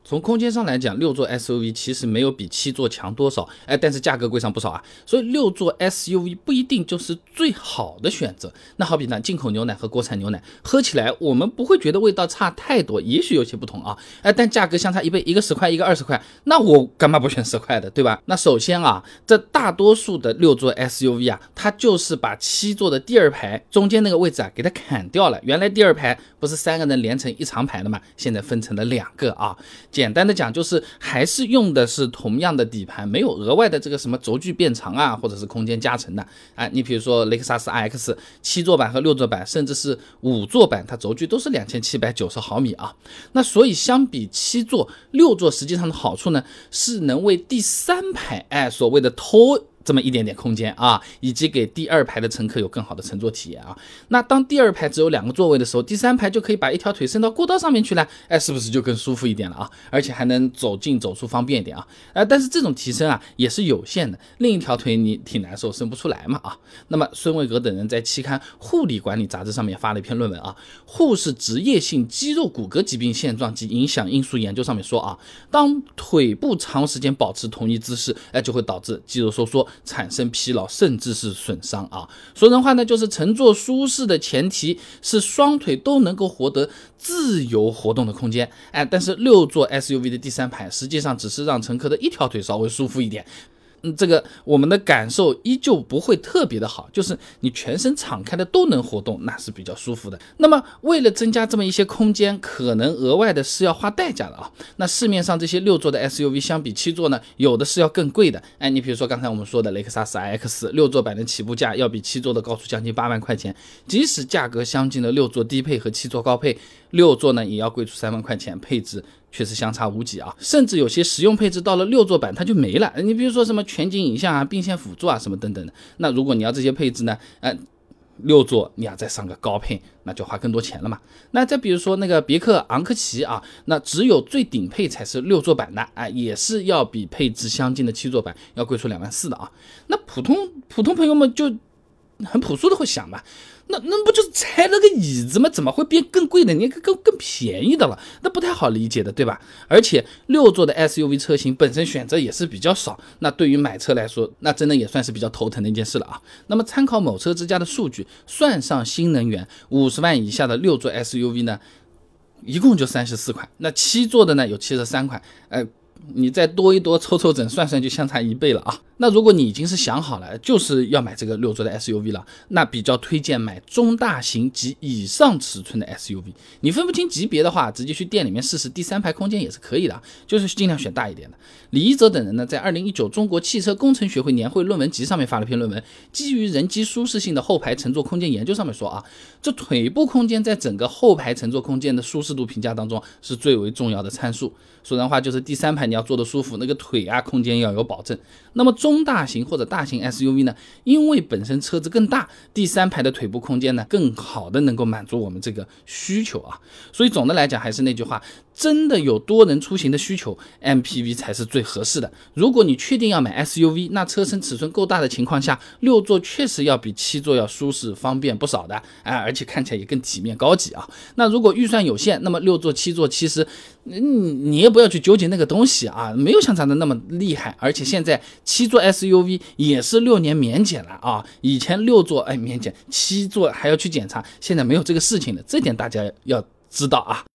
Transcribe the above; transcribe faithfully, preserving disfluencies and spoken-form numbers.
从空间上来讲，六座 S U V 其实没有比七座强多少，哎，但是价格贵上不少啊。所以六座 S U V 不一定就是最好的选择。那好比呢，进口牛奶和国产牛奶喝起来，我们不会觉得味道差太多，也许有些不同啊，哎，但价格相差一倍，一个十块，一个二十块，那我干嘛不选十块的，对吧？那首先啊，这大多数的六座 S U V 啊，它就是把七座的第二排中间那个位置啊给它砍掉了。原来第二排不是三个人连成一长排的嘛，现在分成了两个啊。简单的讲就是还是用的是同样的底盘，没有额外的这个什么轴距变长啊，或者是空间加成的啊。你比如说雷克萨斯 R X 七座版和六座版，甚至是五座版，它轴距都是两千七百九十毫米啊。那所以相比七座，六座实际上的好处呢，是能为第三排哎所谓的偷这么一点点空间啊，以及给第二排的乘客有更好的乘坐体验啊。那当第二排只有两个座位的时候，第三排就可以把一条腿伸到过道上面去了，哎，是不是就更舒服一点了啊？而且还能走进走出方便一点啊。呃，但是这种提升啊也是有限的，另一条腿你挺难受，伸不出来嘛啊。那么孙卫格等人在期刊《护理管理杂志》上面发了一篇论文啊，护士职业性肌肉骨骼疾病现状及影响因素研究上面说啊，当腿部长时间保持同一姿势，哎，就会导致肌肉收缩，产生疲劳，甚至是损伤啊。说人话呢，就是乘坐舒适的前提是双腿都能够获得自由活动的空间。哎，但是六座 S U V 的第三排实际上只是让乘客的一条腿稍微舒服一点。嗯，这个我们的感受依旧不会特别的好，就是你全身敞开的都能活动，那是比较舒服的。那么为了增加这么一些空间，可能额外的是要花代价的啊。那市面上这些六座的 S U V 相比七座呢，有的是要更贵的。哎，你比如说刚才我们说的雷克萨斯 R X 六座版的起步价要比七座的高出将近八万块钱，即使价格相近的六座低配和七座高配，六座呢也要贵出三万块钱，配置确实相差无几啊，甚至有些实用配置到了六座版它就没了。你比如说什么全景影像啊、并线辅助啊什么等等的。那如果你要这些配置呢，呃，六座你要再上个高配，那就花更多钱了嘛。那再比如说那个别克昂科旗啊，那只有最顶配才是六座版的啊，也是要比配置相近的七座版要贵出两万四的啊。那普通普通朋友们就很朴素的会想吧，那那不就是拆了个椅子吗？怎么会变更贵的？你更更更便宜的了，那不太好理解的，对吧？而且六座的 S U V 车型本身选择也是比较少，那对于买车来说，那真的也算是比较头疼的一件事了啊。那么参考某车之家的数据，算上新能源，五十万以下的六座 S U V 呢，一共就三十四款，那七座的呢有七十三款，呃。你再多一多抽抽整算算就相差一倍了啊！那如果你已经是想好了就是要买这个六座的 S U V 了，那比较推荐买中大型及以上尺寸的 S U V。你分不清级别的话，直接去店里面试试第三排空间也是可以的，就是尽量选大一点的。李一泽等人呢，在二零一九中国汽车工程学会年会论文集上面发了篇论文，基于人机舒适性的后排乘坐空间研究上面说啊，这腿部空间在整个后排乘坐空间的舒适度评价当中是最为重要的参数。说人话就是第三排你要坐得舒服，那个腿啊空间要有保证。那么中大型或者大型 S U V 呢，因为本身车子更大，第三排的腿部空间呢更好的能够满足我们这个需求啊。所以总的来讲还是那句话，真的有多人出行的需求 M P V 才是最合适的。如果你确定要买 S U V， 那车身尺寸够大的情况下，六座确实要比七座要舒适方便不少的，哎，而且看起来也更体面高级啊。那如果预算有限，那么六座七座其实你也不要去纠结那个东西啊，没有想象的那么厉害。而且现在七座 S U V 也是六年免检了啊，以前六座哎免检，七座还要去检查，现在没有这个事情了，这点大家要知道啊。